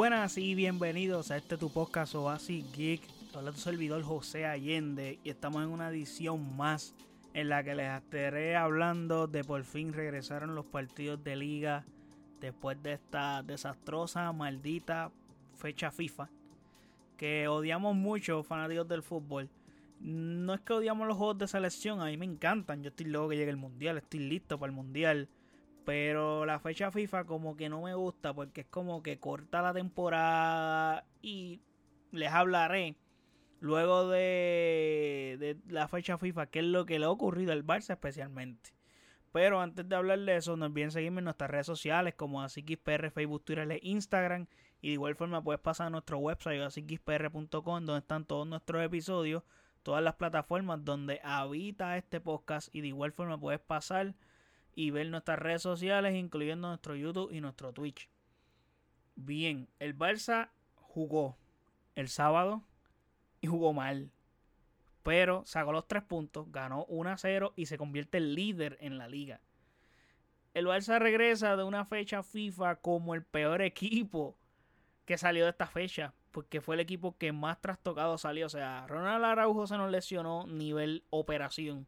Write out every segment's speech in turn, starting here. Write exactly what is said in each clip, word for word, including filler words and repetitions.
Buenas y bienvenidos a este tu podcast Oasis Geek. Habla tu servidor José Allende y estamos en una edición más en la que les estaré hablando de por fin regresaron los partidos de liga después de esta desastrosa, maldita fecha FIFA que odiamos mucho, fanáticos del fútbol. No es que odiamos los juegos de selección, a mí me encantan, yo estoy loco que llegue el mundial, estoy listo para el mundial. Pero la fecha FIFA como que no me gusta porque es como que corta la temporada y les hablaré luego de, de la fecha FIFA qué es lo que le ha ocurrido al Barça especialmente. Pero antes de hablar de eso, no olviden seguirme en nuestras redes sociales como AsicXPR, Facebook, Twitter e Instagram. Y de igual forma puedes pasar a nuestro website asik x p r punto com donde están todos nuestros episodios, todas las plataformas donde habita este podcast. Y de igual forma puedes pasar y ver nuestras redes sociales, incluyendo nuestro YouTube y nuestro Twitch. Bien, el Barça jugó el sábado y jugó mal, pero sacó los tres puntos, ganó uno a cero y se convierte en líder en la liga. El Barça regresa de una fecha FIFA como el peor equipo que salió de esta fecha, porque fue el equipo que más trastocado salió. O sea, Ronald Araujo se nos lesionó nivel operación.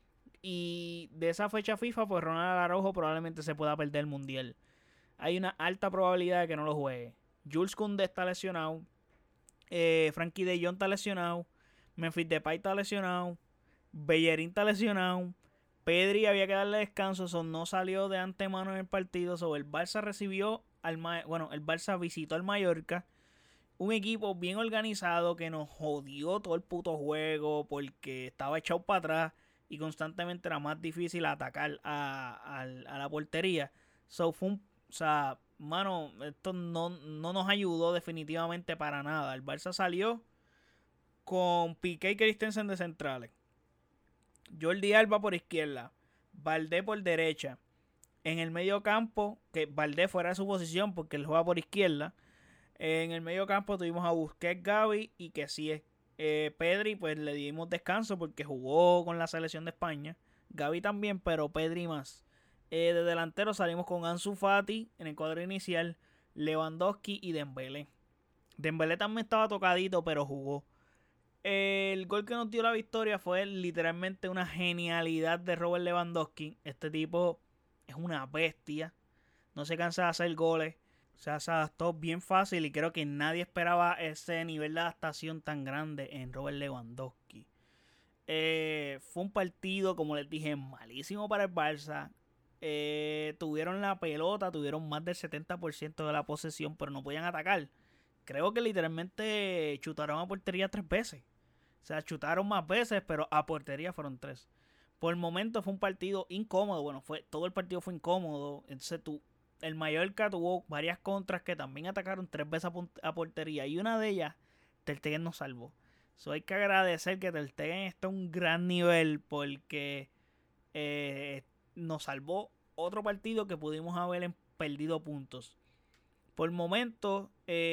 Y de esa fecha FIFA, pues Ronald Araujo probablemente se pueda perder el mundial. Hay una alta probabilidad de que no lo juegue. Jules Koundé está lesionado. Eh, Frankie de Jong está lesionado. Memphis Depay está lesionado. Bellerín está lesionado. Pedri había que darle descanso. So no salió de antemano en el partido. So el Barça recibió al Ma- bueno, el Barça visitó al Mallorca. Un equipo bien organizado que nos jodió todo el puto juego porque estaba echado para atrás y constantemente era más difícil atacar a, a, a la portería. So fue un, o sea, mano, esto no, no nos ayudó definitivamente para nada. El Barça salió con Piqué y Christensen de centrales, Jordi Alba por izquierda, Valdé por derecha. En el medio campo, que Valdé fuera de su posición porque él juega por izquierda. En el medio campo tuvimos a Busquets, Gavi y que sí es eh, Pedri, pues le dimos descanso porque jugó con la selección de España. Gavi también, pero Pedri más. Eh, de delantero salimos con Ansu Fati en el cuadro inicial, Lewandowski y Dembélé. Dembélé también estaba tocadito, pero jugó. El gol que nos dio la victoria fue literalmente una genialidad de Robert Lewandowski. Este tipo es una bestia. No se cansa de hacer goles. O sea, se adaptó bien fácil y creo que nadie esperaba ese nivel de adaptación tan grande en Robert Lewandowski. Eh, fue un partido, como les dije, malísimo para el Barça. Eh, tuvieron la pelota, tuvieron más del setenta por ciento de la posesión, pero no podían atacar. Creo que literalmente chutaron a portería tres veces. O sea, chutaron más veces, pero a portería fueron tres. Por el momento fue un partido incómodo. Bueno, fue todo el partido fue incómodo. Entonces tú... El Mallorca tuvo varias contras que también atacaron tres veces a, a portería. Y una de ellas, Ter Stegen nos salvó. So hay que agradecer que Ter Stegen está a un gran nivel porque eh, nos salvó otro partido que pudimos haber perdido puntos. Por el momento,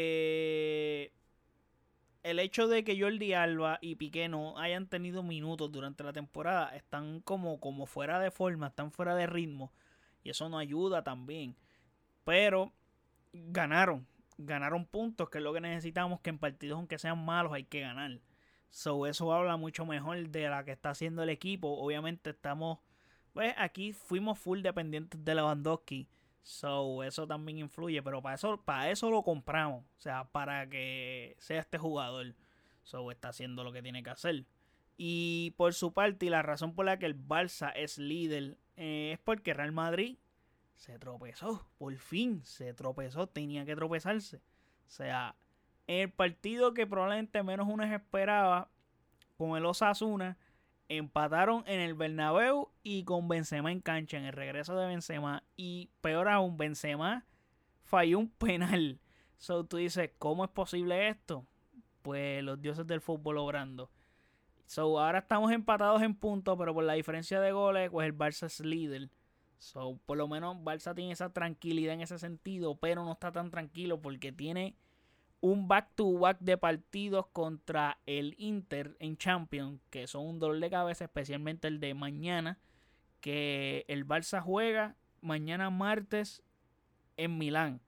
eh, el hecho de que Jordi Alba y Piqué no hayan tenido minutos durante la temporada están como, como fuera de forma, están fuera de ritmo. Y eso nos ayuda también. Pero ganaron, ganaron puntos, que es lo que necesitamos, que en partidos aunque sean malos hay que ganar. So, eso habla mucho mejor de la que está haciendo el equipo. Obviamente estamos, pues aquí fuimos full dependientes de Lewandowski. So, eso también influye, pero para eso, para eso lo compramos. O sea, para que sea este jugador. So, está haciendo lo que tiene que hacer. Y por su parte, y la razón por la que el Barça es líder, eh, es porque Real Madrid se tropezó, por fin se tropezó, tenía que tropezarse. O sea, en el partido que probablemente menos uno esperaba, con el Osasuna, empataron en el Bernabéu y con Benzema en cancha, en el regreso de Benzema. Y peor aún, Benzema falló un penal. So tú dices, ¿cómo es posible esto? Pues los dioses del fútbol obrando. So ahora estamos empatados en puntos, pero por la diferencia de goles, pues el Barça es líder. So, por lo menos Barça tiene esa tranquilidad en ese sentido, pero no está tan tranquilo porque tiene un back-to-back de partidos contra el Inter en Champions, que son un dolor de cabeza, especialmente el de mañana, que el Barça juega mañana martes en Milán.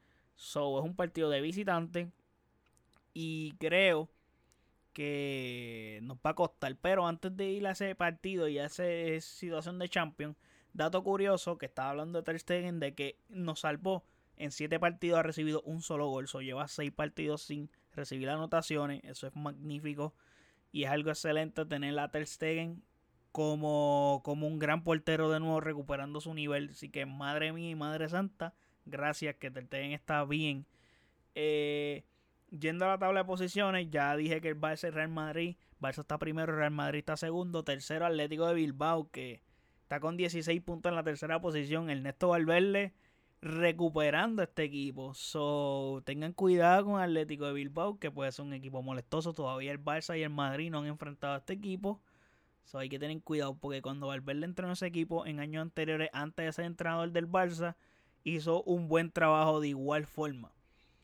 So, es un partido de visitante y creo que nos va a costar. Pero antes de ir a ese partido y a esa situación de Champions, dato curioso que estaba hablando de Ter Stegen de que nos salvó. En siete partidos ha recibido un solo gol. So, lleva seis partidos sin recibir anotaciones. Eso es magnífico. Y es algo excelente tener a Ter Stegen como, como un gran portero de nuevo, recuperando su nivel. Así que madre mía y madre santa, gracias que Ter Stegen está bien. Eh, yendo a la tabla de posiciones, ya dije que el Barça y Real Madrid. Barça está primero, Real Madrid está segundo. Tercero, Atlético de Bilbao, que está con dieciséis puntos en la tercera posición. Ernesto Valverde recuperando este equipo. So, tengan cuidado con Atlético de Bilbao, que puede ser un equipo molestoso. Todavía el Barça y el Madrid no han enfrentado a este equipo. So, hay que tener cuidado porque cuando Valverde entró en ese equipo en años anteriores, antes de ser entrenador del Barça, hizo un buen trabajo de igual forma.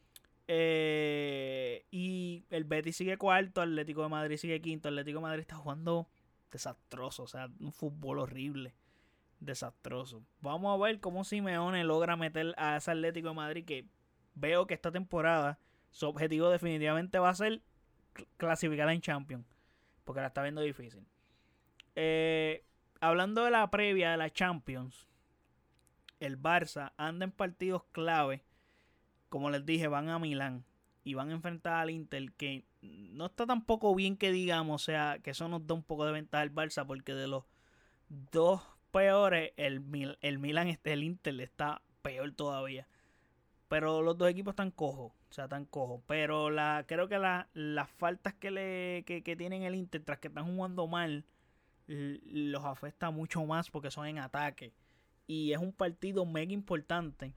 Eh, y el Betis sigue cuarto, Atlético de Madrid sigue quinto. Atlético de Madrid está jugando desastroso, o sea, un fútbol horrible. Desastroso. Vamos a ver cómo Simeone logra meter a ese Atlético de Madrid, que veo que esta temporada su objetivo definitivamente va a ser clasificar en Champions, porque la está viendo difícil. Eh, hablando de la previa de la Champions, el Barça anda en partidos clave. Como les dije, van a Milán y van a enfrentar al Inter, que no está tampoco bien que digamos, o sea, que eso nos da un poco de ventaja al Barça, porque de los dos peores, el, Mil, el Milan, este, el Inter está peor todavía. Pero los dos equipos están cojos, o sea, están cojos. Pero la, creo que la, las faltas que, le, que, que tienen el Inter, tras que están jugando mal, los afecta mucho más porque son en ataque. Y es un partido mega importante.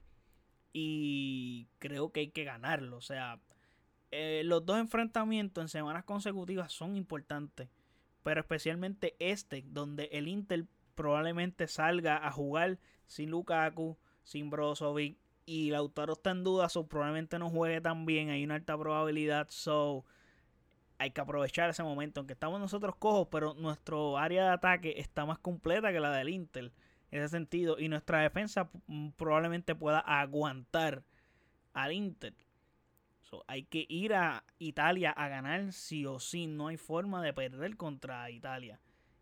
Y creo que hay que ganarlo. O sea, eh, los dos enfrentamientos en semanas consecutivas son importantes. Pero especialmente este, donde el Inter probablemente salga a jugar sin Lukaku, sin Brozovic, y Lautaro está en duda, so probablemente no juegue tan bien, hay una alta probabilidad, so hay que aprovechar ese momento, aunque estamos nosotros cojos, pero nuestro área de ataque está más completa que la del Inter, en ese sentido, y nuestra defensa probablemente pueda aguantar al Inter. So, hay que ir a Italia a ganar sí o sí, no hay forma de perder contra Italia.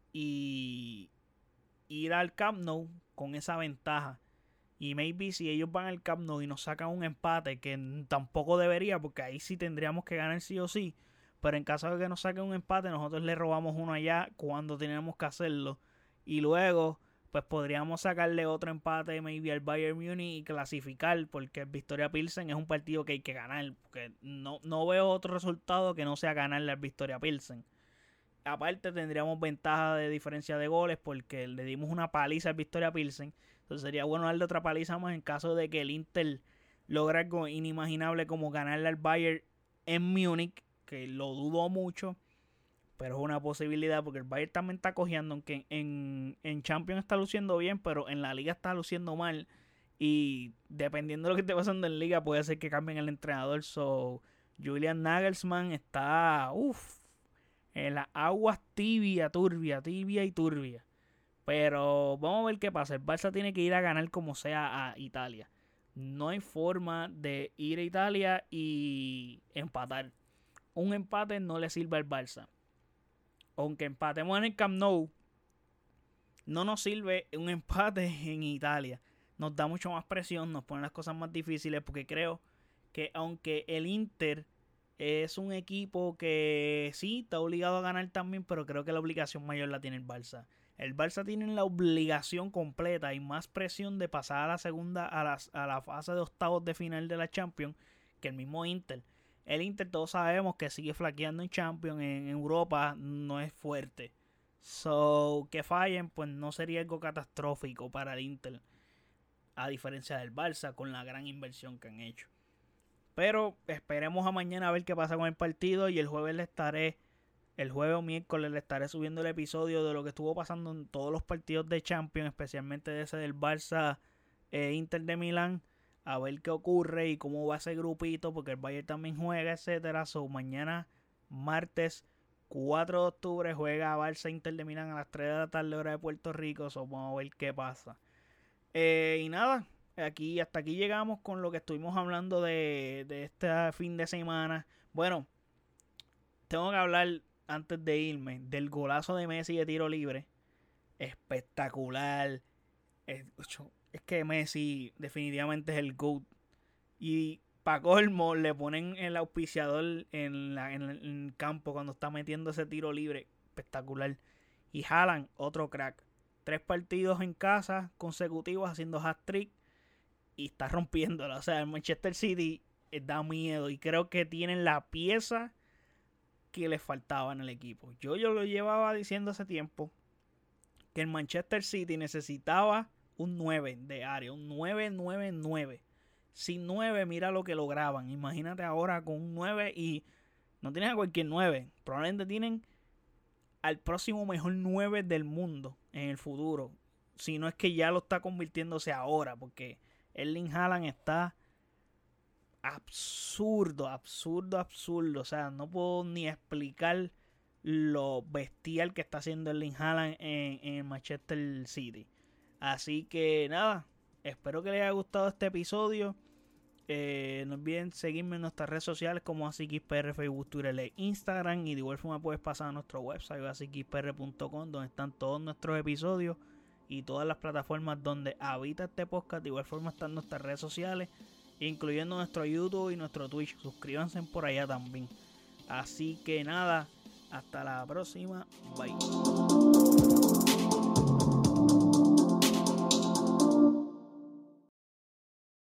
Y ir al Camp Nou con esa ventaja. Y maybe si ellos van al Camp Nou y nos sacan un empate, que tampoco debería, porque ahí sí tendríamos que ganar sí o sí. Pero en caso de que nos saquen un empate, nosotros le robamos uno allá cuando tenemos que hacerlo. Y luego, pues podríamos sacarle otro empate maybe al Bayern Múnich y clasificar, porque el Victoria Pilsen es un partido que hay que ganar. Porque no, no veo otro resultado que no sea ganarle al Victoria Pilsen. Aparte tendríamos ventaja de diferencia de goles porque le dimos una paliza al Victoria Pilsen. Entonces sería bueno darle otra paliza más en caso de que el Inter logre algo inimaginable como ganarle al Bayern en Múnich, que lo dudo mucho, pero es una posibilidad porque el Bayern también está cojeando, aunque en, en Champions está luciendo bien, pero en la Liga está luciendo mal. Y dependiendo de lo que esté pasando en Liga, puede ser que cambien el entrenador. So, Julian Nagelsmann está, uff, en las aguas tibia, turbia, tibia y turbia. Pero vamos a ver qué pasa. El Barça tiene que ir a ganar como sea a Italia. No hay forma de ir a Italia y empatar. Un empate no le sirve al Barça. Aunque empatemos en el Camp Nou, no nos sirve un empate en Italia. Nos da mucho más presión, nos pone las cosas más difíciles, porque creo que aunque el Inter es un equipo que sí está obligado a ganar también, pero creo que la obligación mayor la tiene el Barça. El Barça tiene la obligación completa y más presión de pasar a la segunda, a la, a la fase de octavos de final de la Champions que el mismo Inter. El Inter todos sabemos que sigue flaqueando en Champions, en Europa no es fuerte. So, que fallen pues no sería algo catastrófico para el Inter, a diferencia del Barça con la gran inversión que han hecho. Pero esperemos a mañana a ver qué pasa con el partido y el jueves le estaré, el jueves o miércoles le estaré subiendo el episodio de lo que estuvo pasando en todos los partidos de Champions, especialmente de ese del Barça e Inter de Milán, a ver qué ocurre y cómo va ese grupito, porque el Bayern también juega, etcétera. So, mañana, martes cuatro de octubre, juega Barça Inter de Milán a las tres de la tarde, hora de Puerto Rico. So, vamos a ver qué pasa. Eh, y nada, aquí hasta aquí llegamos con lo que estuvimos hablando de, de este fin de semana. Bueno, tengo que hablar antes de irme del golazo de Messi de tiro libre. Espectacular. Es, es que Messi definitivamente es el GOAT. Y para colmo le ponen el auspiciador en, la, en el campo cuando está metiendo ese tiro libre. Espectacular. Y Haaland, otro crack. Tres partidos en casa consecutivos haciendo hat-trick y está rompiéndola. O sea, el Manchester City da miedo y creo que tienen la pieza que les faltaba en el equipo. Yo, yo lo llevaba diciendo hace tiempo que el Manchester City necesitaba un nueve de área, un nueve nueve nueve. Sin nueve, mira lo que lograban. Imagínate ahora con un nueve y no tienen a cualquier nueve. Probablemente tienen al próximo mejor nueve del mundo en el futuro. Si no es que ya lo está convirtiéndose ahora, porque Erling Haaland está absurdo, absurdo, absurdo. O sea, no puedo ni explicar lo bestial que está haciendo Erling Haaland en, en el Manchester City. Así que nada, espero que les haya gustado este episodio. Eh, no olviden seguirme en nuestras redes sociales como AsiXPR, Facebook, Twitter e Instagram. Y de igual forma puedes pasar a nuestro website asi x p r punto com, donde están todos nuestros episodios y todas las plataformas donde habita este podcast. De igual forma están nuestras redes sociales, incluyendo nuestro YouTube y nuestro Twitch. Suscríbanse por allá también. Así que nada, hasta la próxima. Bye.